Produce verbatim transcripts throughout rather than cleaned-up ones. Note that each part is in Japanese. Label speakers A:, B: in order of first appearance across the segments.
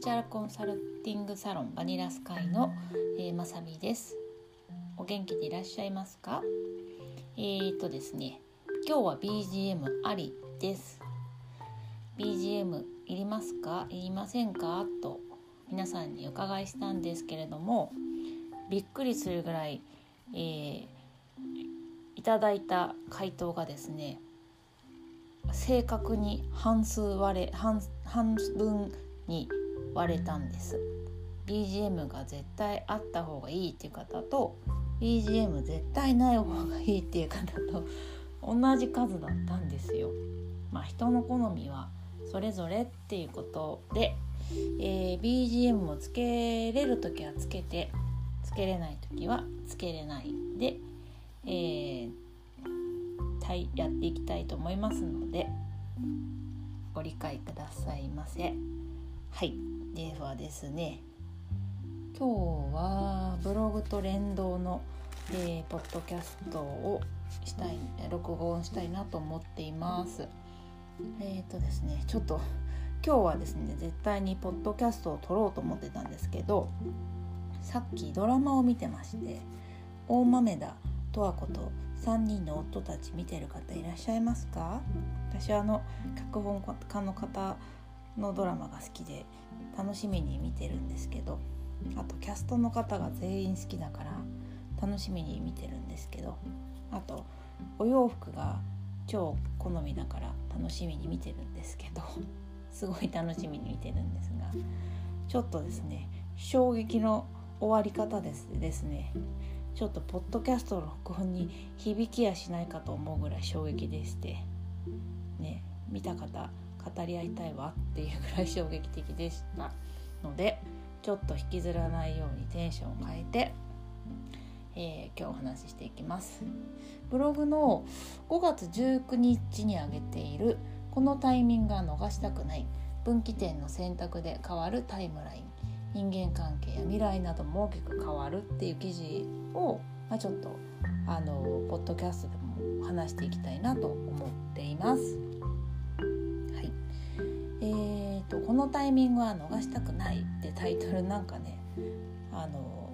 A: チャーコンサルティングサロンバニラスカイの、えー、まさみです。お元気でいらっしゃいますか？えーとですね今日は ビージーエム ありです。 ビージーエム いりますかいりませんかと皆さんにお伺いしたんですけれども、びっくりするぐらい、えー、いただいた回答がですね、正確に半数割れ 半, 半分に割れたんです。 ビージーエム が絶対あった方がいいっていう方と ビージーエム 絶対ない方がいいっていう方と同じ数だったんですよ。まあ人の好みはそれぞれっていうことで、えー、ビージーエム をつけれるときはつけて、つけれないときはつけれないで、えー、やっていきたいと思いますのでご理解くださいませ。はい、ではですね、今日はブログと連動の、えー、ポッドキャストをしたい、録音したいなと思っています。えーとですね、ちょっと今日はですね、絶対にポッドキャストを撮ろうと思ってたんですけど、さっきドラマを見てまして、大豆田十和子とさんにんの夫たち見てる方いらっしゃいますか？私はあの脚本家の方のドラマが好きで楽しみに見てるんですけど、あとキャストの方が全員好きだから楽しみに見てるんですけど、あとお洋服が超好みだから楽しみに見てるんですけどすごい楽しみに見てるんですが、ちょっとですね衝撃の終わり方ですですね。ちょっとポッドキャストの録音に響きやしないかと思うぐらい衝撃でしてね、見た方語り合いたいわっていうぐらい衝撃的でしたので、ちょっと引きずらないようにテンションを変えて、えー、今日お話ししていきます。ブログのごがつじゅうくにちに上げているこのタイミングは逃したくない、分岐点の選択で変わるタイムライン、人間関係や未来なども大きく変わるっていう記事を、まあ、ちょっとあのポッドキャストでも話していきたいなと思っています。はい、えーとこのタイミングは逃したくないってタイトルなんかね、あの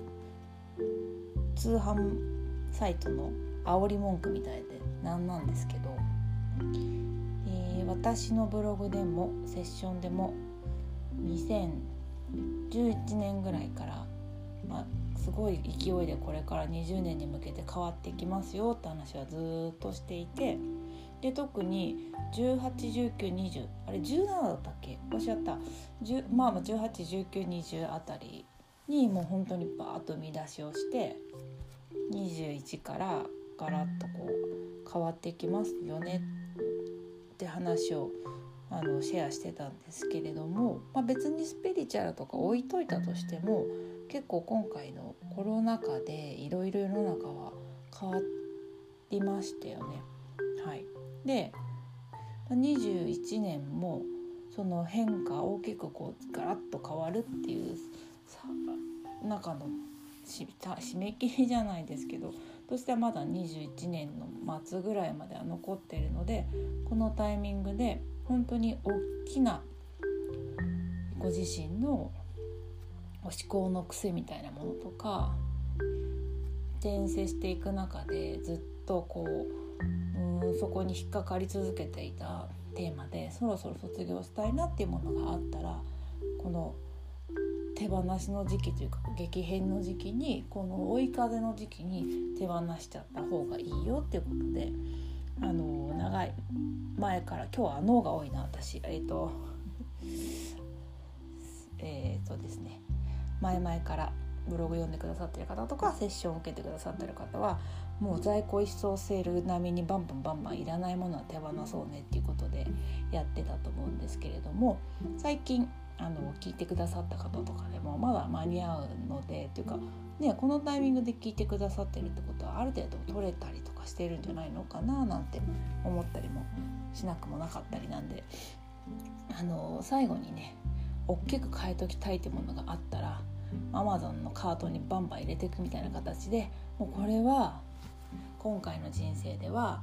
A: 通販サイトの煽り文句みたいでなんなんですけど、えー、私のブログでもセッションでもにせんじゅういちねんぐらいから、まあ、すごい勢いでこれからにじゅうねんに向けて変わっていきますよって話はずっとしていて、で特にじゅうはち、じゅうきゅう、にじゅう、あれじゅうななだったっけ、おっしゃったまあじゅうはち、じゅうきゅう、にじゅうあたりにもう本当にバーッと見出しをして、にじゅういちからガラッとこう変わっていきますよねって話をあのシェアしてたんですけれども、まあ、別にスピリチュアルとか置いといたとしても、結構今回のコロナ禍でいろいろ世の中は変わりましたよね。はい、でにじゅういちねんもその変化大きくこうガラッと変わるっていう中の締め切りじゃないですけど、としてはまだにじゅういちねんの末ぐらいまでは残っているので、このタイミングで本当に大きなご自身の思考の癖みたいなものとか転生していく中でずっとこう、うーんそこに引っかかり続けていたテーマで、そろそろ卒業したいなっていうものがあったら、この手放しの時期というか激変の時期に、この追い風の時期に手放しちゃった方がいいよっていうことで、あの長い前から、今日は脳が多いな私えっ、ー、とえっ、ー、とですね前々からブログ読んでくださってる方とかセッションを受けてくださってる方は、もう在庫一掃セール並みにバンバンバンバンいらないものは手放そうねっていうことでやってたと思うんですけれども、最近あの聞いてくださった方とかでもまだ間に合うのでっていうか、ね、このタイミングで聞いてくださってるってことはある程度取れたりとかしてるんじゃないのかななんて思ったりもしなくもなかったりなんで、あの最後にね大きく変えときたいってものがあったら Amazon のカートにバンバン入れていくみたいな形で、もうこれは今回の人生では、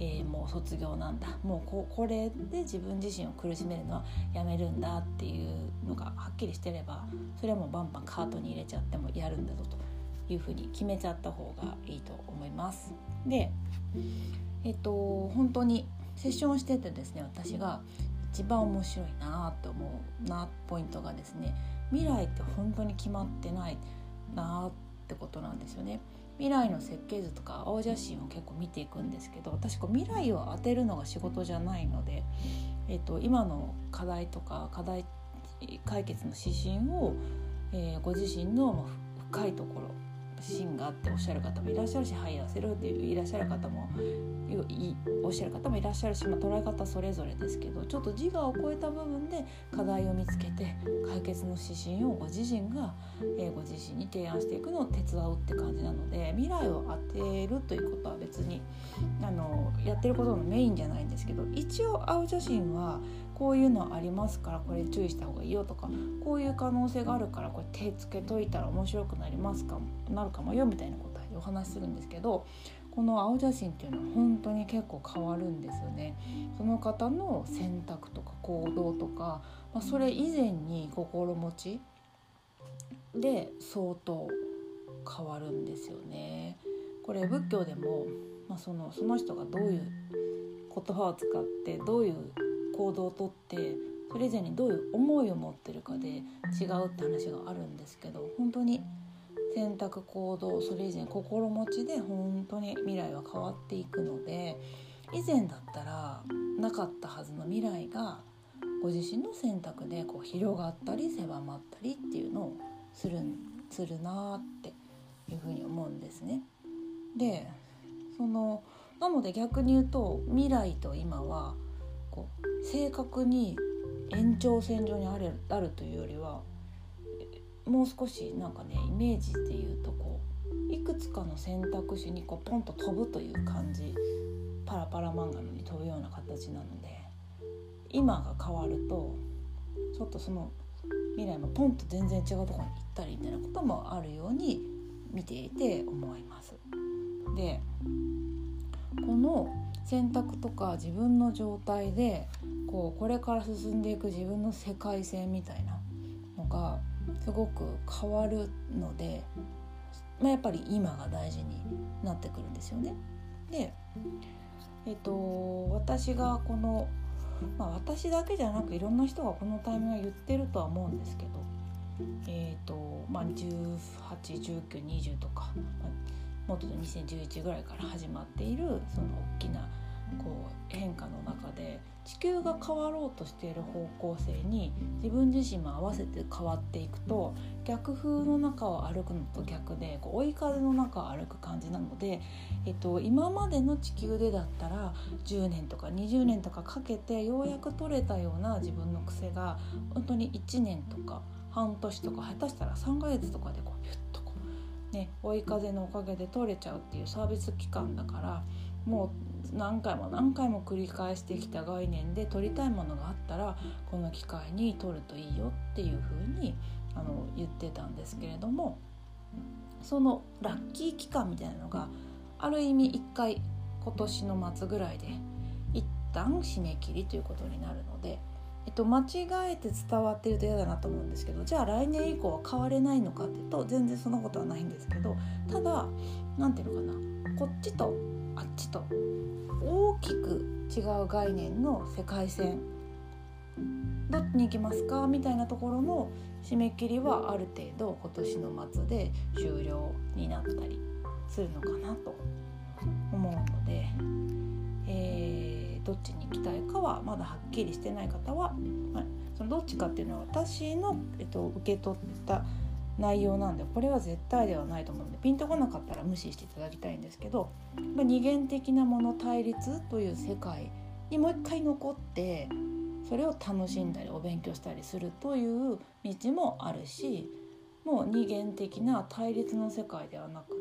A: えー、もう卒業なんだ、もう こ, これで自分自身を苦しめるのはやめるんだっていうのがはっきりしてれば、それはもうバンバンカートに入れちゃってもやるんだぞというふうに決めちゃった方がいいと思います。で、えっと本当にセッションをしててですね、私が一番面白いなと思うなポイントがですね、未来って本当に決まってないなってことなんですよね。未来の設計図とか青写真を結構見ていくんですけど、私こう未来を当てるのが仕事じゃないので、えっと、今の課題とか課題解決の指針を、えー、ご自身の深いところ芯があっておっしゃる方もいらっしゃるし、はいやせるっていらっしゃる方もいおっしゃる方もいらっしゃるし、まあ、捉え方それぞれですけど、ちょっと自我を超えた部分で課題を見つけて解決の指針をご自身が、えー、ご自身に提案していくのを手伝うって感じなので、未来を当てるということは別にあのやってることのメインじゃないんですけど、一応青写真はこういうのありますからこれ注意した方がいいよとか、こういう可能性があるからこれ手つけといたら面白くなりますかなるかもよみたいなことでお話しするんですけど、この青写真っていうのは本当に結構変わるんですよね。その方の選択とか行動とか、まあ、それ以前に心持ちで相当変わるんですよね。これ仏教でも、まあ、その、その人がどういう言葉を使ってどういう行動をとってそれ以前にどういう思いを持ってるかで違うって話があるんですけど、本当に選択行動それ以前心持ちで本当に未来は変わっていくので、以前だったらなかったはずの未来がご自身の選択でこう広がったり狭まったりっていうのをするするなっていうふうに思うんですね。で、そのなので逆に言うと未来と今はこう正確に延長線上にある、あるというよりはもう少しなんかねイメージでいうとこういくつかの選択肢にこうポンと飛ぶという感じ、パラパラ漫画のように飛ぶような形なので、今が変わるとちょっとその未来もポンと全然違うところに行ったりみたいなこともあるように見ていて思います。で、この選択とか自分の状態でこうこれから進んでいく自分の世界線みたいなのがすごく変わるので、まあ、やっぱり今が大事になってくるんですよね。で、えっと、私がこの、まあ、私だけじゃなくいろんな人がこのタイミングは言ってるとは思うんですけど、えっとまあ、じゅうはち、じゅうきゅう、にじゅうとか、まあ、もっとにせんじゅういちぐらいから始まっているその大きなこう変化の中で地球が変わろうとしている方向性に自分自身も合わせて変わっていくと、逆風の中を歩くのと逆でこう追い風の中を歩く感じなので、えっと、今までの地球でだったらじゅうねんとかにじゅうねんとかかけてようやく取れたような自分の癖が本当にいちねんとか半年とか下手したらさんかげつとかでこうピュッとこう、ね、追い風のおかげで取れちゃうっていうサービス期間だから、もう何回も何回も繰り返してきた概念で取りたいものがあったらこの機会に取るといいよっていう風にあの言ってたんですけれども、そのラッキー期間みたいなのがある意味一回今年の末ぐらいで一旦締め切りということになるので、えっと、間違えて伝わってると嫌だなと思うんですけど、じゃあ来年以降は変われないのかっていうと全然そんなことはないんですけど、ただなんていうのかな、こっちとあっちと大きく違う概念の世界線どっちに行きますかみたいなところの締め切りはある程度今年の末で終了になったりするのかなと思うので、えー、どっちに行きたいかはまだはっきりしてない方は、まあ、そのどっちかっていうのは私の、えっと、受け取った内容なんでこれは絶対ではないと思うので、ピンとこなかったら無視していただきたいんですけど、まあ、二元的なもの対立という世界にもう一回残ってそれを楽しんだりお勉強したりするという道もあるし、もう二元的な対立の世界ではなくって、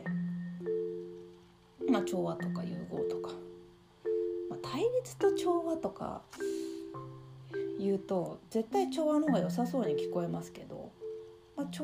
A: まあ、調和とか融合とか、まあ、対立と調和とか言うと絶対調和の方が良さそうに聞こえますけど、まあ、調和を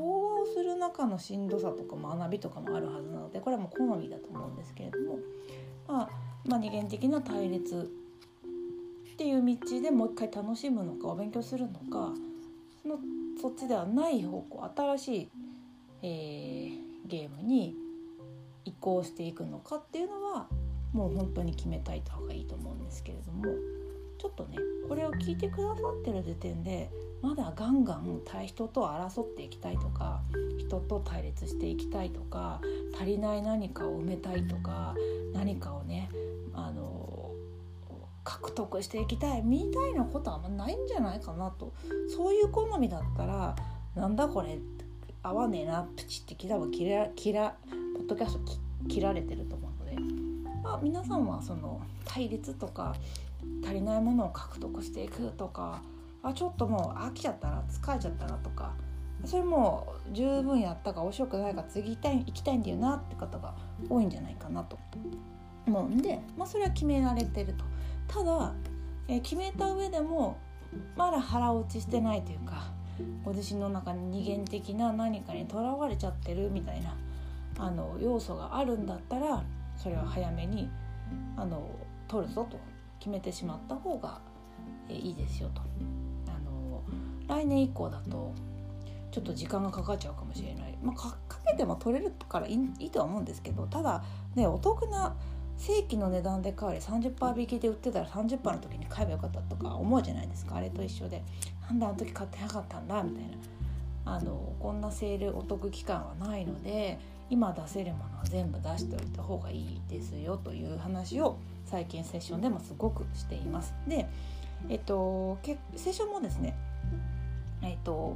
A: する中のしんどさとか学びとかもあるはずなので、これはもう好みだと思うんですけれども、まあ、まあ二元的な対立っていう道でもう一回楽しむのかお勉強するのか、そのそっちではない方向、新しい、えー、ゲームに移行していくのかっていうのはもう本当に決めたい方がいいと思うんですけれども、ちょっとねこれを聞いてくださってる時点でまだガンガン人と争っていきたいとか、人と対立していきたいとか、足りない何かを埋めたいとか、何かをねあの獲得していきたいみたいなことはあんまないんじゃないかなと。そういう好みだったらなんだこれ合わねえなプチって切らば切ら切らポッドキャスト切られてると思うので、まあ、皆さんはその対立とか足りないものを獲得していくとか、あちょっともう飽きちゃったな疲れちゃったなとか、それもう十分やったか面白くないか次行きたい行きたいんだよなって方が多いんじゃないかなと思うんで、まあ、それは決められてると。ただ、えー、決めた上でもまだ腹落ちしてないというか、ご自身の中に二元的な何かにとらわれちゃってるみたいなあの要素があるんだったら、それは早めにあの取るぞと決めてしまった方が、えー、いいですよと。あの来年以降だとちょっと時間がかかっちゃうかもしれない、まあ、か, かけても取れるからい い, いいとは思うんですけど、ただねお得な正規の値段で買われ さんじゅっパーセント 引きで売ってたら さんじゅっパーセント の時に買えばよかったとか思うじゃないですか。あれと一緒で、なんであの時買ってなかったんだみたいな、あのこんなセールお得期間はないので今出せるものは全部出しておいた方がいいですよという話を最近セッションでもすごくしています。で、えっと、セッションもですね、えっと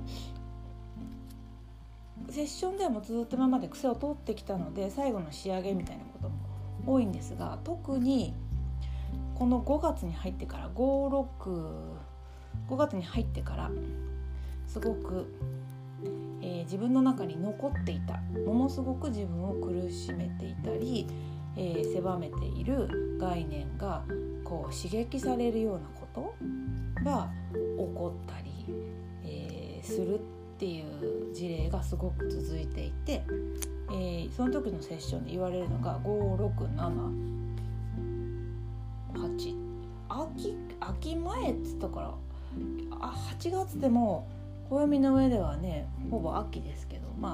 A: セッションでもずっと今まで癖を通ってきたので最後の仕上げみたいなことも多いんですが、特にこのごがつに入ってからご、ろく、ごがつに入ってからすごく、えー、自分の中に残っていたものすごく自分を苦しめていたり、えー、狭めている概念がこう刺激されるようなことが起こったり、えー、するっていう事例がすごく続いていて、えー、その時のセッションで言われるのがご、ろく、なな、はち 秋, 秋前っつったからあはちがつでも暦の上ではねほぼ秋ですけど、まあ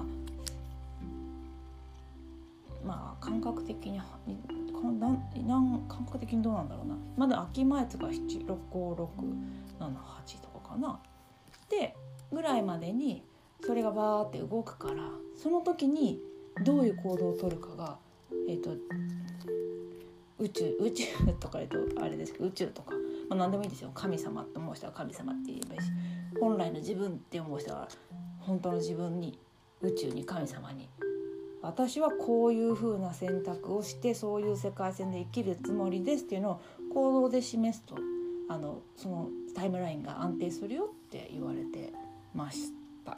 A: まあ感覚的になんなん感覚的にどうなんだろうな、まだ秋前とかご、ろく、なな、はちとかかなでぐらいまでにそれがバーって動くから、その時にどういう行動を取るかが、えーと、宇宙宇宙とか言うとあれですけど宇宙とか、まあ、何でもいいですよ。神様って思う人は神様って言えばいいし、本来の自分って思う人は本当の自分に、宇宙に、神様に、私はこういう風な選択をしてそういう世界線で生きるつもりですっていうのを行動で示すと、あのそのタイムラインが安定するよって言われてました。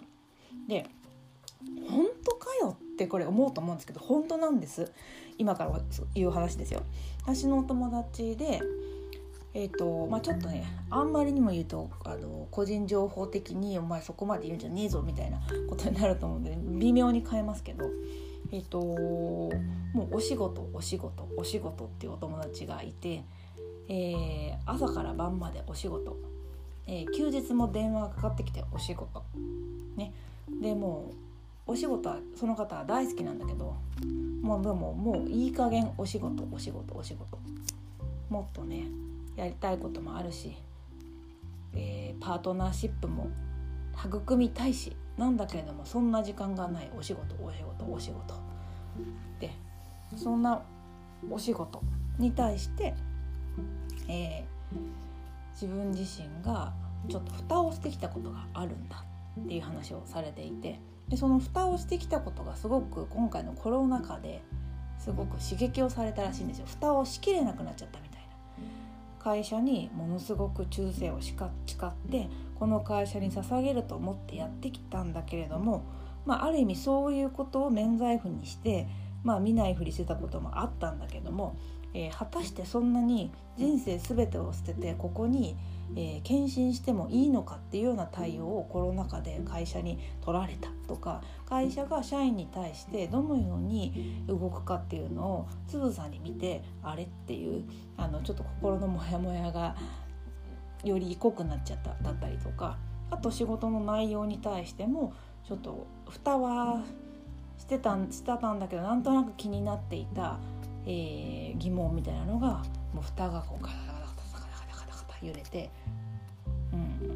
A: で本当かよってこれ思うと思うんですけど、本当なんです。今から言う話ですよ。私のお友達で、えーとまあ、ちょっとねあんまりにも言うとあの個人情報的にお前そこまで言うんじゃねえぞみたいなことになると思うので微妙に変えますけど、えーともうお仕事お仕事お仕事っていうお友達がいて、えー、朝から晩までお仕事、えー、休日も電話がかかってきてお仕事ね。でもうお仕事はその方は大好きなんだけど、もうでももういい加減お仕事お仕事お仕事もっとねやりたいこともあるし、えー、パートナーシップも育みたいしなんだけれども、そんな時間がないお仕事お仕事お仕事で、そんなお仕事に対して、えー、自分自身がちょっと蓋をしてきたことがあるんだっていう話をされていて、でその蓋をしてきたことがすごく今回のコロナ禍ですごく刺激をされたらしいんですよ。蓋をしきれなくなっちゃったみたいな。会社にものすごく忠誠を誓ってこの会社に捧げると思ってやってきたんだけれども、まあ、ある意味そういうことを免罪符にして、まあ、見ないふりしてたこともあったんだけども、 えー、果たしてそんなに人生全てを捨ててここに、えー、献身してもいいのかっていうような対応をコロナ禍で会社に取られたとか、会社が社員に対してどのように動くかっていうのをつぶさに見て、あれっていうあのちょっと心のモヤモヤがより濃くなっちゃっただったりとか、あと仕事の内容に対してもちょっと蓋はしてたん、してたんだけどなんとなく気になっていた、えー、疑問みたいなのがもう蓋がこうガタガタガタガタガタガタ揺れて、うん、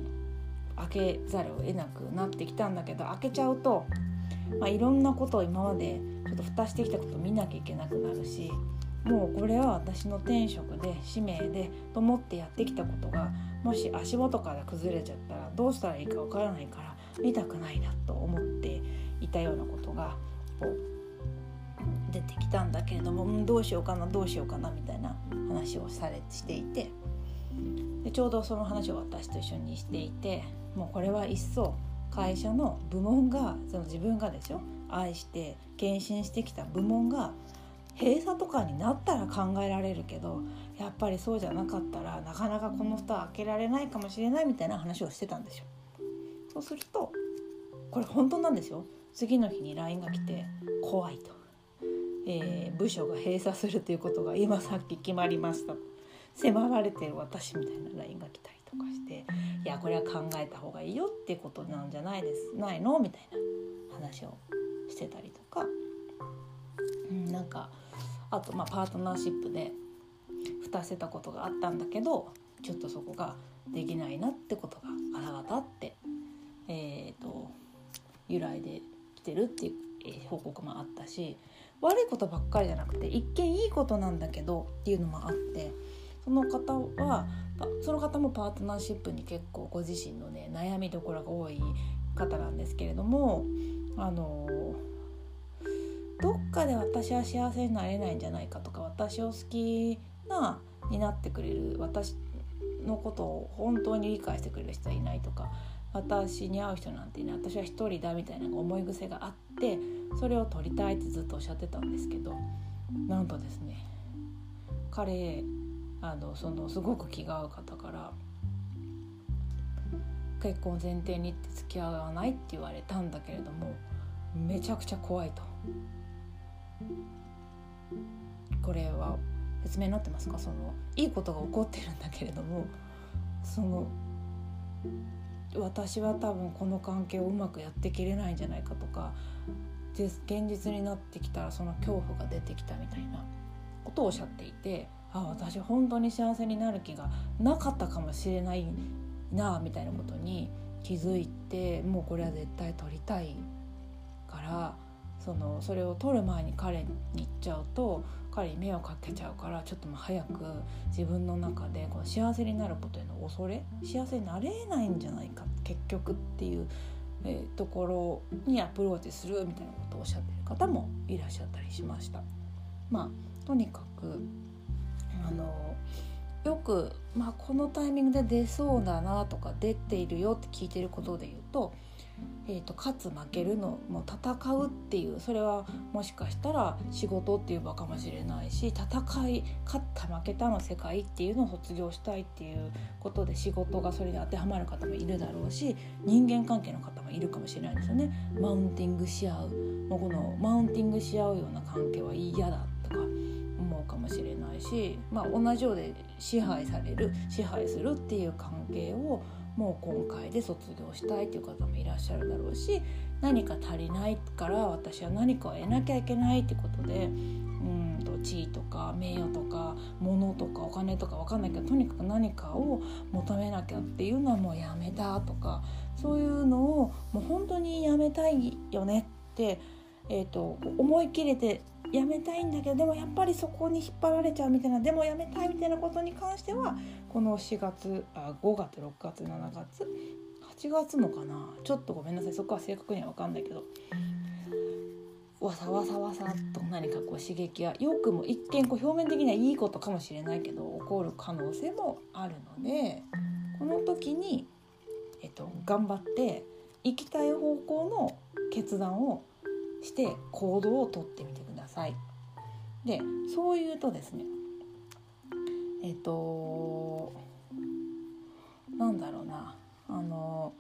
A: 開けざるを得なくなってきたんだけど、開けちゃうと、まあ、いろんなことを今までちょっと蓋してきたことを見なきゃいけなくなるし、もうこれは私の天職で使命でと思ってやってきたことがもし足元から崩れちゃったらどうしたらいいかわからないから見たくないなと思っていたようなことがこう出てきたんだけれども、うん、どうしようかなどうしようかなみたいな話をされしていて、でちょうどその話を私と一緒にしていて、もうこれは一層会社の部門が、その自分がですよ愛して献身してきた部門が閉鎖とかになったら考えられるけど、やっぱりそうじゃなかったらなかなかこの蓋開けられないかもしれないみたいな話をしてたんですよ。そうするとこれ本当なんですよ。次の日に ライン が来て、怖いと、えー、部署が閉鎖するということが今さっき決まりましたと迫られてる私みたいな ライン が来たりとかして、いやこれは考えた方がいいよっていうことなんじゃないですないのみたいな話をしてたりとか、うん、なんかあとまあパートナーシップで蓋してたことがあったんだけど、ちょっとそこができないなってことがガタガタって、えー、と由来で来てるっていう、えー、報告もあったし、悪いことばっかりじゃなくて一見いいことなんだけどっていうのもあって、その方はその方もパートナーシップに結構ご自身のね悩みどころが多い方なんですけれども、あのどっかで私は幸せになれないんじゃないかとか、私を好きなになってくれる、私のことを本当に理解してくれる人はいないとか、私に会う人なんていない、私は一人だみたいな思い癖があって、それを取りたいってずっとおっしゃってたんですけど、なんとですね彼あのそのすごく気が合う方から結婚前提にって付き合わないって言われたんだけれども、めちゃくちゃ怖いと。これは説明になってますか？そのいいことが起こってるんだけれども、その私は多分この関係をうまくやってきれないんじゃないかとか、で現実になってきたらその恐怖が出てきたみたいなことをおっしゃっていて、あ、私本当に幸せになる気がなかったかもしれないなみたいなことに気づいて、もうこれは絶対取りたいから、そのそれを取る前に彼に言っちゃうと彼に迷惑かけちゃうから、ちょっともう早く自分の中でこの幸せになることへの恐れ、幸せになれないんじゃないか結局っていう、えー、ところにアプローチするみたいなことをおっしゃっている方もいらっしゃったりしました。まあとにかくあのよく、まあ、このタイミングで出そうだなとか出ているよって聞いていることで言うと、えーと、勝つ負けるのもう戦うっていう、それはもしかしたら仕事っていう場かもしれないし、戦い勝った負けたの世界っていうのを卒業したいっていうことで仕事がそれに当てはまる方もいるだろうし、人間関係の方もいるかもしれないですよね。マウンティングし合う、もうこのマウンティングし合うような関係は嫌だとか思うかもしれないし、まあ、同じようで支配される支配するっていう関係をもう今回で卒業したいという方もいらっしゃるだろうし、何か足りないから私は何かを得なきゃいけないってことで、うんと地位とか名誉とか物とかお金とか分かんないけど、とにかく何かを求めなきゃっていうのはもうやめたとか、そういうのをもう本当にやめたいよねって、えーと、思い切れてやめたいんだけど、でもやっぱりそこに引っ張られちゃうみたいな、でもやめたいみたいなことに関してはこのしがつ、あごがつ、ろくがつ、しちがつ、はちがつもかな、ちょっとごめんなさい、そこは正確には分かんないけど、わさわさわさっと何かこう刺激がよくも一見こう表面的にはいいことかもしれないけど起こる可能性もあるので、この時に、えっと、頑張って行きたい方向の決断をして行動をとってみてください。でそう言うとですね、 えっとなんだろうなあの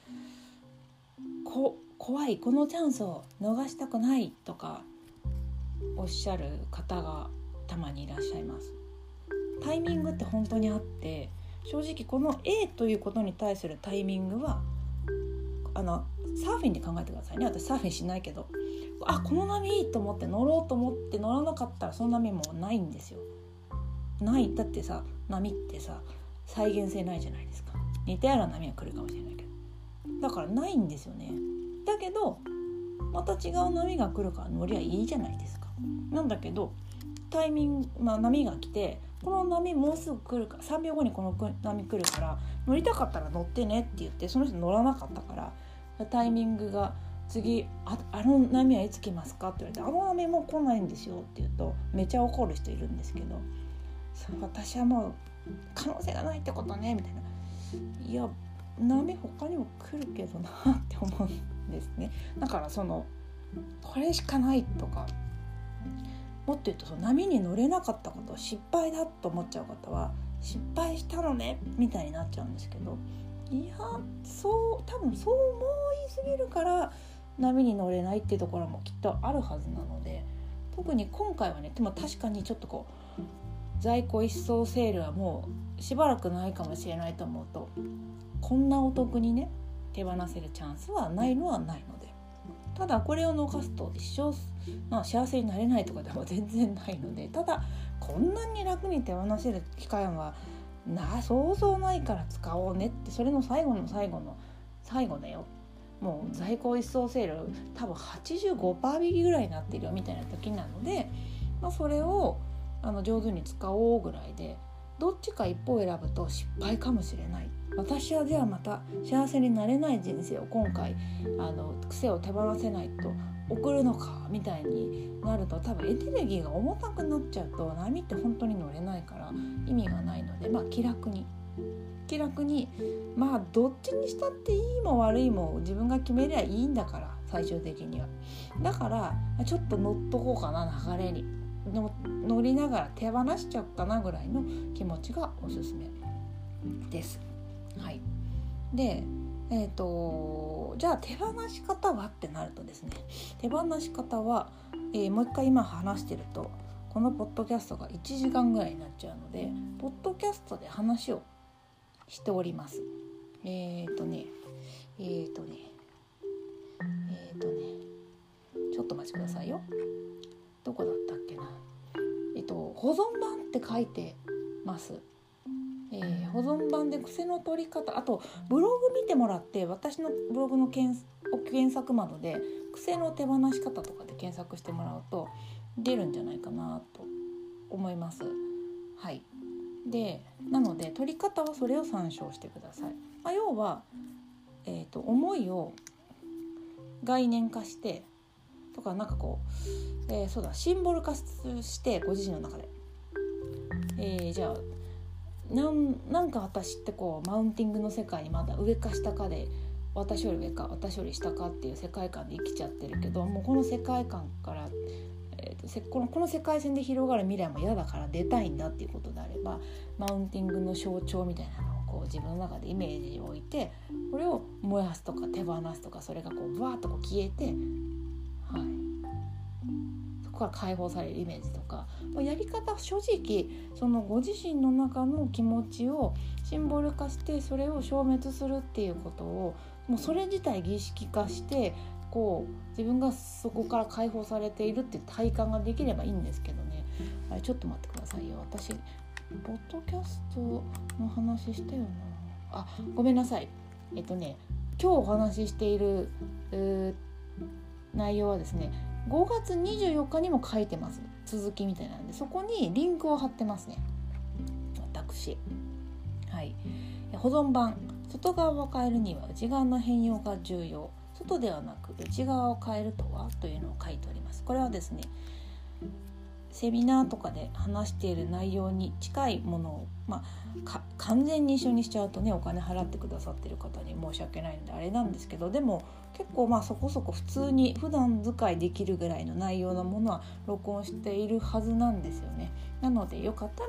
A: こ怖いこのチャンスを逃したくないとかおっしゃる方がたまにいらっしゃいます。タイミングって本当にあって、正直この A ということに対するタイミングはあのサーフィンで考えてくださいね。私サーフィンしないけど、あこの波いいと思って乗ろうと思って乗らなかったらその波もないんですよ。ない。だってさ、波ってさ再現性ないじゃないですか。似たような波が来るかもしれないけど、だからないんですよね。だけどまた違う波が来るから乗りゃいいじゃないですか。なんだけどタイミング、まあ、波が来て、この波もうすぐ来るからさんびょうごにこの波来るから乗りたかったら乗ってねって言って、その人乗らなかったからタイミングが次 あ, あの波はいつ来ますかって言われて、あの波もう来ないんですよって言うとめちゃ怒る人いるんですけど、私はもう可能性がないってことねみたいな、いや波他にも来るけどなって思うんですね。だからそのこれしかないとか、もっと言うとその波に乗れなかったことは失敗だと思っちゃう方は、失敗したのねみたいになっちゃうんですけど、いやそう多分そう思いすぎるから波に乗れないっていうところもきっとあるはずなので、特に今回はね、でも確かにちょっとこう在庫一掃セールはもうしばらくないかもしれないと思うと、こんなお得にね手放せるチャンスはないのはないので、ただこれを逃すと一生、まあ、幸せになれないとかでは全然ないので、ただこんなに楽に手放せる機会はな想像ないから使おうねって、それの最後の最後の最後だよ、もう在庫一掃セール多分 はちじゅうごパーセント 引きぐらいになってるよみたいな時なので、まあ、それをあの上手に使おうぐらいで、どっちか一方を選ぶと失敗かもしれない、私はじゃあまた幸せになれない人生を今回あの癖を手放せないと送るのかみたいになると、多分エネルギーが重たくなっちゃうと波って本当に乗れないから意味がないので、まあ気楽に気楽にまあどっちにしたっていいも悪いも自分が決めりゃいいんだから、最終的には。だからちょっと乗っとこうかな、流れにの乗りながら手放しちゃおうかなぐらいの気持ちがおすすめです。はい。で、えーと、じゃあ手放し方はってなるとですね、手放し方は、えー、もう一回今話してるとこのポッドキャストがいちじかんぐらいになっちゃうので、ポッドキャストで話をしております。えーとねえーとねえーとねちょっとお待ちくださいよ。どこだったっけな。えっと保存版って書いてます。えー、保存版で癖の取り方、あとブログ見てもらって、私のブログの検索窓で癖の手放し方とかで検索してもらうと出るんじゃないかなと思います。はい。でなので取り方はそれを参照してください。まあ、要は、えーと、思いを概念化してとか、なんかこう、えー、そうだシンボル化してご自身の中で、えー、じゃあなん、なんか私ってこうマウンティングの世界にまだ上か下かで、私より上か私より下かっていう世界観で生きちゃってるけど、もうこの世界観から、えー、とせこの、この世界線で広がる未来も嫌だから出たいんだっていうことであれば、マウンティングの象徴みたいなのをこう自分の中でイメージを置いて、これを燃やすとか手放すとか、それがこうバーッとこう消えて、はい、そこから解放されるイメージとか、やり方正直そのご自身の中の気持ちをシンボル化して、それを消滅するっていうことをもうそれ自体儀式化して、こう自分がそこから解放されているっていう体感ができればいいんですけどね。あれちょっと待ってくださいよ、私ポッドキャストの話したよなあ、ごめんなさい。えっとね今日お話ししている内容はですね、ごがつにじゅうよっかにも書いてます、続きみたいなんで、そこにリンクを貼ってますね、私。はい。保存版、外側を変えるには内側の変容が重要、外ではなく内側を変えるとはというのを書いております。これはですね、セミナーとかで話している内容に近いものを、まあ、完全に一緒にしちゃうとね、お金払ってくださってる方に申し訳ないのであれなんですけど、でも結構まあそこそこ普通に普段使いできるぐらいの内容のものは録音しているはずなんですよね。なのでよかったら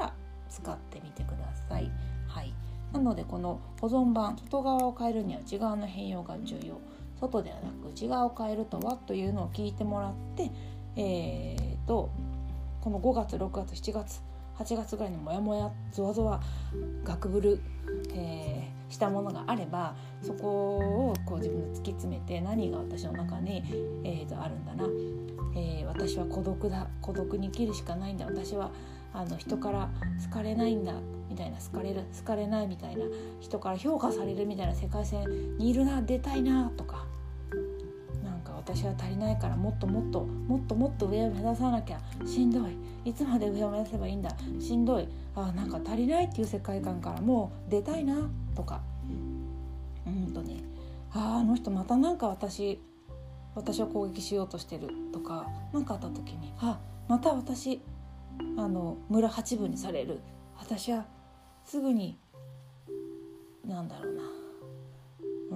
A: 使ってみてください。はい、なのでこの保存版、外側を変えるには内側の変容が重要、外ではなく内側を変えるとはというのを聞いてもらって、えー、とこのごがつろくがつしちがつはちがつぐらいにモヤモヤゾワゾワガクブル、えー、したものがあれば、そこをこう自分で突き詰めて、何が私の中に、えー、とあるんだな、えー、私は孤独だ、孤独に生きるしかないんだ、私はあの人から好かれないんだみたいな、好かれる好かれないみたいな、人から評価されるみたいな世界線にいるな、出たいなとか、なんか私は足りないからもっともっともっともっと上を目指さなきゃ、しんどい、いつまで上を目指せばいいんだ、しんどい、あ、なんか足りないっていう世界観からもう出たいなとか、うんとね、あ、あの人またなんか私私を攻撃しようとしてるとか、なんかあった時に、あ、また私あの村八分にされる、私はすぐになんだろうな、うん、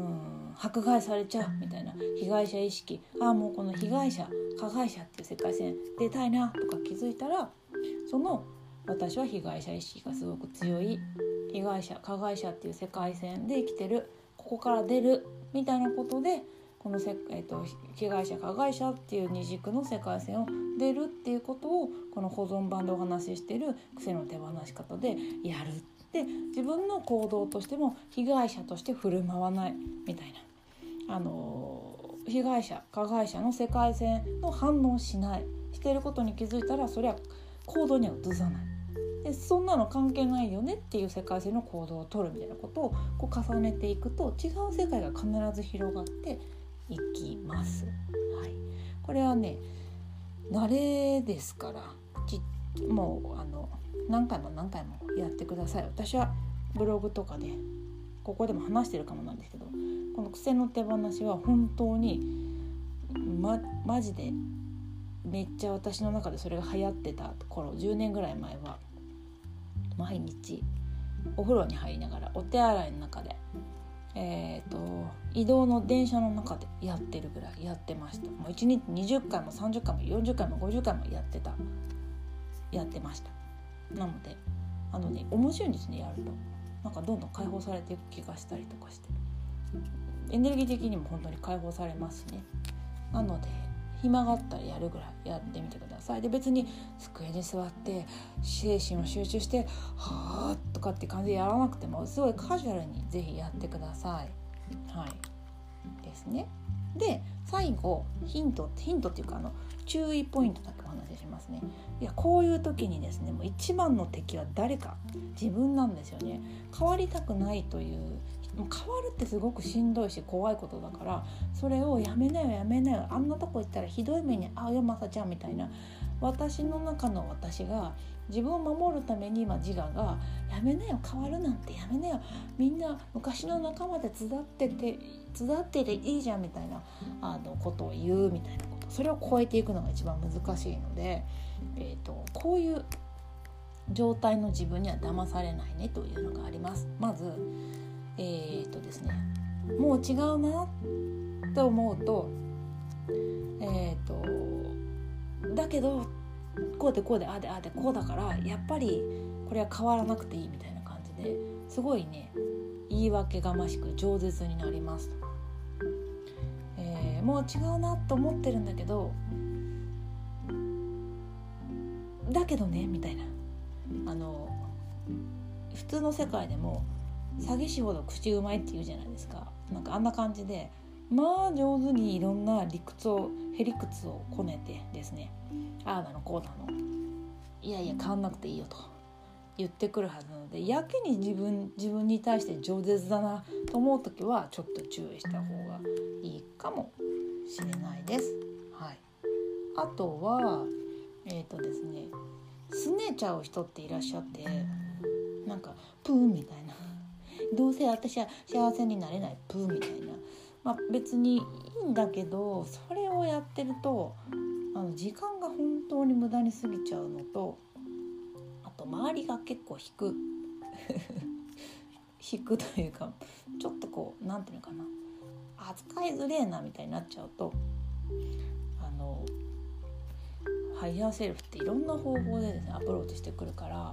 A: 迫害されちゃうみたいな被害者意識、あ、もうこの被害者加害者っていう世界線出たいなとか気づいたら、その私は被害者意識がすごく強い、被害者加害者っていう世界線で生きてる、ここから出るみたいなことで、このせ、えーと、被害者加害者っていう二軸の世界線を出るっていうことを、この保存版でお話ししている癖の手放し方でやる。で、自分の行動としても被害者として振る舞わないみたいな、あのー、被害者加害者の世界線の反応しない、していることに気づいたら、それは行動には移さない、でそんなの関係ないよねっていう世界線の行動を取るみたいなことをこう重ねていくと、違う世界が必ず広がっていきます。はい、これはね、慣れですから、もうあの何回も何回もやってください。私はブログとかでここでも話してるかもなんですけど、この癖の手放しは本当にまマジでめっちゃ私の中でそれが流行ってた頃、じゅうねんぐらい前は毎日お風呂に入りながら、お手洗いの中で、えー、と移動の電車の中でやってるぐらいやってました。もういちにちにじゅっかいもさんじゅっかいもよんじゅっかいもごじゅっかいもやってたやってました。なのであのね、面白いんですね、やると。なんかどんどん解放されていく気がしたりとかして、エネルギー的にも本当に解放されますしね。なので暇があったらやるぐらいやってみてください。で、別に机に座って精神を集中してはーとかって感じでやらなくても、すごいカジュアルにぜひやってください。はいですね。で、最後ヒントヒントっていうか、あの注意ポイントだけお話ししますね。いや、こういう時にですね、もう一番の敵は誰か、自分なんですよね。変わりたくないという、変わるってすごくしんどいし怖いことだから、それをやめなよやめなよ、あんなとこ行ったらひどい目に遭うよマサちゃんみたいな、私の中の私が自分を守るために今自我がやめなよ、変わるなんてやめなよ、みんな昔の仲間で集ってて集ってていいじゃんみたいなあのことを言うみたいなこと、それを超えていくのが一番難しいので、えーと、こういう状態の自分には騙されないねというのがあります。まずえーとですね、もう違うなと思うと、えーとだけどこうでこうでああでああでこうだから、やっぱりこれは変わらなくていいみたいな感じで、すごいね、言い訳がましく饒舌になります。えー、もう違うなと思ってるんだけどだけどねみたいな、あの普通の世界でも詐欺師ほど口うまいって言うじゃないですか。なんかあんな感じで、まあ上手にいろんな理屈をへりくつをこねてですね、ああなのこうなの、いやいや変わんなくていいよと言ってくるはずなので、やけに自分自分に対して饒舌だなと思うときはちょっと注意した方がいいかもしれないです。はい。あとはえっとですね、拗ねちゃう人っていらっしゃって、なんかプーンみたいな、どうせ私は幸せになれないプーみたいな、まあ、別にいいんだけど、それをやってるとあの時間が本当に無駄に過ぎちゃうのと、あと周りが結構引く引くというか、ちょっとこうなんていうのかな、扱いづれえなみたいになっちゃうと、あのハイヤーセルフっていろんな方法でですねアプローチしてくるから、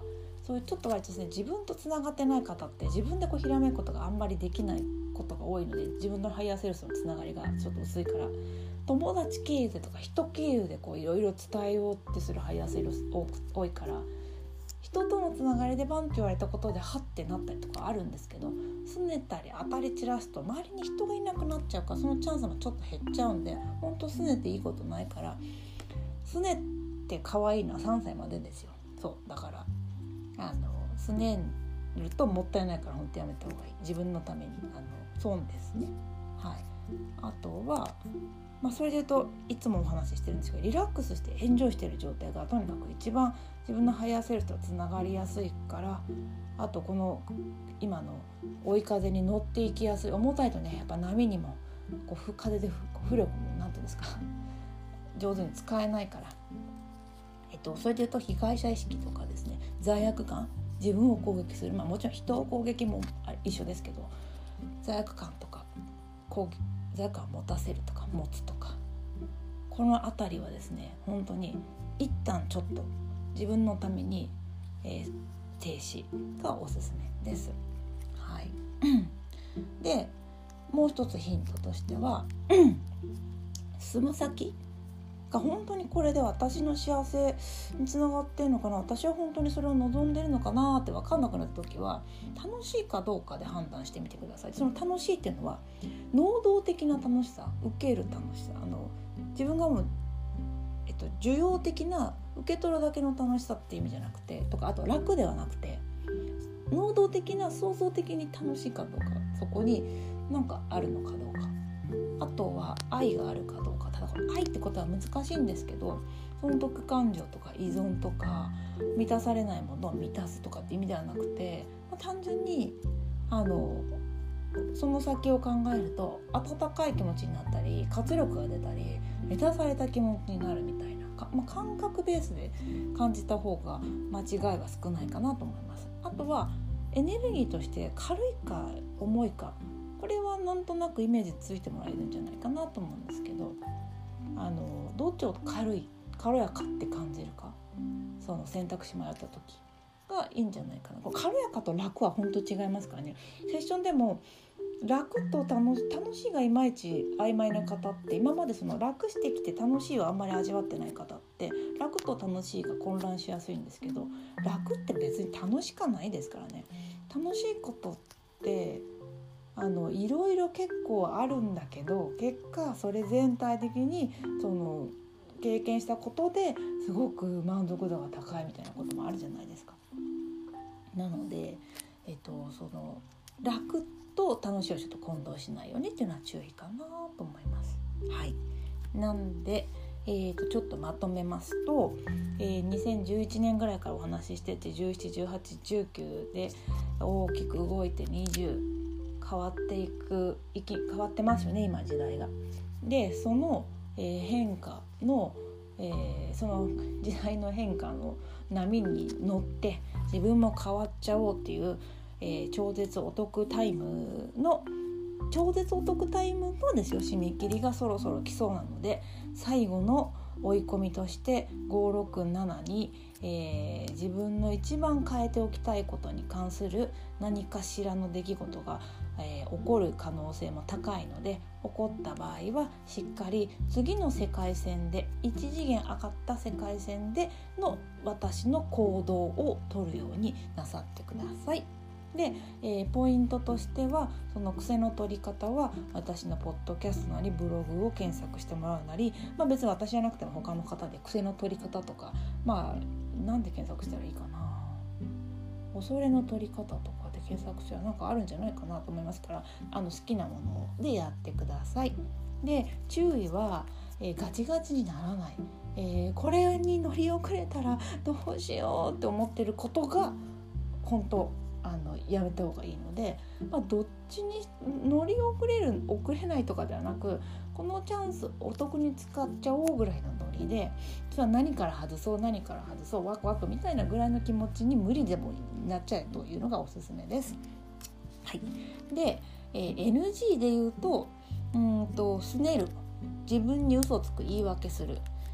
A: そういうちょっと割とですね、自分とつながってない方って自分でこうひらめくことがあんまりできないことが多いので、自分のハイヤーセルフとのつながりがちょっと薄いから、友達経由でとか人経由でこういろいろ伝えようってするハイヤーセルフ多いから、人とのつながりでバンって言われたことでハッてなったりとかあるんですけど、拗ねたり当たり散らすと周りに人がいなくなっちゃうから、そのチャンスもちょっと減っちゃうんで、ほんと拗ねていいことないから、拗ねて可愛いのはさんさいまでですよ。そうだからあの拗ねるともったいないから、本当やめた方がいい。自分のためにあの損ですね。はい。あとは、まあ、それで言うといつもお話ししてるんですけど、リラックスしてエンジョイしてる状態がとにかく一番自分のハイヤーセルフとつながりやすいから、あとこの今の追い風に乗っていきやすい。重たいとね、やっぱ波にもこう風で浮力もなんていうんですか上手に使えないから、えっと、それで言うと被害者意識とかですね、罪悪感、自分を攻撃する、まあ、もちろん人を攻撃も一緒ですけど、罪悪感とか攻撃罪悪感を持たせるとか持つとか、このあたりはですね、本当に一旦ちょっと自分のために、えー、停止がおすすめです。はい。で、もう一つヒントとしては進む先が本当にこれで私の幸せにつながってるのかな、私は本当にそれを望んでるのかなって分かんなくなった時は、楽しいかどうかで判断してみてください。その楽しいっていうのは能動的な楽しさ、受ける楽しさ、あの自分がもう、えっと、受容的な受け取るだけの楽しさっていう意味じゃなくて、とかあと楽ではなくて、能動的な創造的に楽しいかどうか、そこに何かあるのかどうか、あとは愛があるかどうか。ただ愛ってことは難しいんですけど、損得感情とか依存とか満たされないものを満たすとかって意味ではなくて、まあ、単純にあのその先を考えると温かい気持ちになったり、活力が出たり、満たされた気持ちになるみたいな、まあ、感覚ベースで感じた方が間違いは少ないかなと思います。あとはエネルギーとして軽いか重いか、これはなんとなくイメージついてもらえるんじゃないかなと思うんですけど、あのどっちを軽い軽やかって感じるか、その選択肢迷った時がいいんじゃないかな。これ軽やかと楽は本当違いますからね。セッションでも楽と楽し、楽しいがいまいち曖昧な方って、今までその楽してきて楽しいはあんまり味わってない方って、楽と楽しいが混乱しやすいんですけど、楽って別に楽しかないですからね。楽しいことってあのいろいろ結構あるんだけど、結果それ全体的にその経験したことですごく満足度が高いみたいなこともあるじゃないですか。なので、えっと、その楽と楽しいをちょっと混同しないようにっていうのは注意かなと思います。はい。なんで、えー、とちょっとまとめますと、えー、にせんじゅういちねんぐらいからお話ししてて、じゅうなな、じゅうはち、じゅうきゅうで大きく動いてにじゅう変わっていくいき変わってますよね、今時代が。でその、えー、変化の、えー、その時代の変化の波に乗って自分も変わっちゃおうっていう、えー、超絶お得タイムの超絶お得タイムのですよ、締め切りがそろそろ来そうなので、最後の追い込みとしてごろくななに、えー、自分の一番変えておきたいことに関する何かしらの出来事が、えー、起こる可能性も高いので、起こった場合はしっかり次の世界線でいち次元上がった世界線での私の行動を取るようになさってください。で、えー、ポイントとしては、その癖の取り方は私のポッドキャストなりブログを検索してもらうなり、まあ、別に私じゃなくても他の方で癖の取り方とか、まあなんで検索したらいいかな、恐れの取り方とかで検索したらなんかあるんじゃないかなと思いますから、あの好きなものでやってください。で注意は、えー、ガチガチにならない、えー、これに乗り遅れたらどうしようって思ってることが本当あのやめた方がいいので、まあ、どっちに乗り遅れる遅れないとかではなく、このチャンスお得に使っちゃおうぐらいのノリで、それは何から外そう何から外そうワクワクみたいなぐらいの気持ちに無理でもなっちゃえというのがおすすめです。はい。で、えー、エヌジー で言うと、うーんと拗ねる、自分に嘘をつく、言い訳する、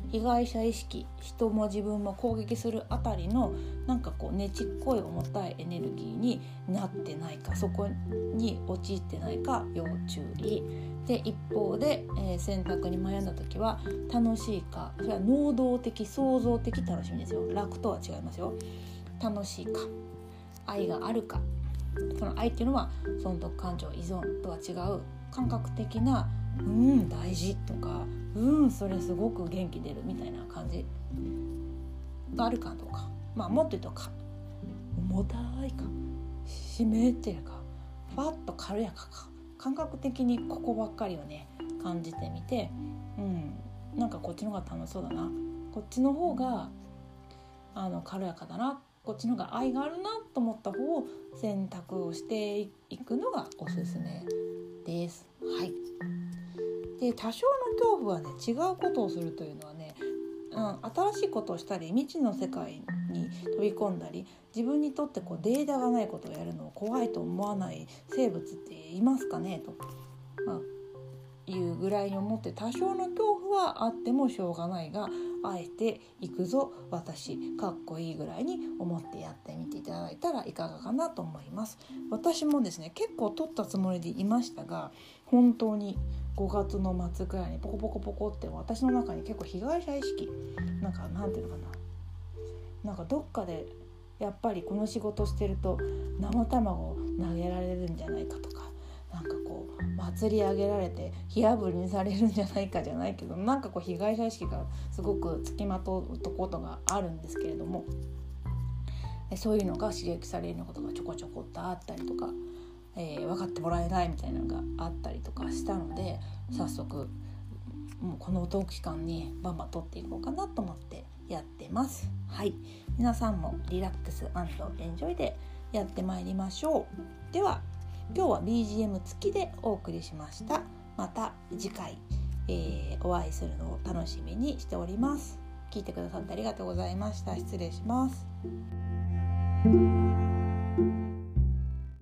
A: 被害者意識、人も自分も攻撃するあたりのなんかこうねちっこい重たいエネルギーになってないか、そこに陥ってないか要注意で、一方で、えー、選択に迷んだ時は楽しいか、それは能動的創造的楽しみですよ。楽とは違いますよ。楽しいか、愛があるか、その愛っていうのは損得感情依存とは違う感覚的な、うん大事とか、うんそれすごく元気出るみたいな感じがあるかどうか、まあもっと言うとか重たいか、湿ってるか、ふわっと軽やかか、感覚的にここばっかりをね感じてみて、うんなんかこっちの方が楽しそうだな、こっちの方があの軽やかだな、こっちの方が愛があるなと思った方を選択をしていくのがおすすめです。はい。で、多少の恐怖はね、違うことをするというのはね、うん、新しいことをしたり未知の世界に飛び込んだり、自分にとってこうデータがないことをやるのを怖いと思わない生物っていますかねと、まあ、いうぐらいに思って、多少の恐怖はあってもしょうがないが、あえていくぞ私かっこいいぐらいに思ってやってみていただいたらいかがかなと思います。私もですね結構取ったつもりでいましたが、本当にごがつの末くらいにポコポコポコって私の中に結構被害者意識、なんかなんていうのかな、なんかどっかでやっぱりこの仕事してると生卵を投げられるんじゃないかとか、なんかこう祭り上げられて火あぶりにされるんじゃないかじゃないけど、なんかこう被害者意識がすごくつきまとうことがあるんですけれども、そういうのが刺激されることがちょこちょこっとあったりとか、えー、分かってもらえないみたいなのがあったりとかしたので、早速もうこのトーク期間にバンバン撮っていこうかなと思ってやってます。はい、皆さんもリラックス&エンジョイでやってまいりましょう。では今日は ビージーエム 付きでお送りしました。また次回、えー、お会いするのを楽しみにしております。聞いてくださってありがとうございました。失礼します。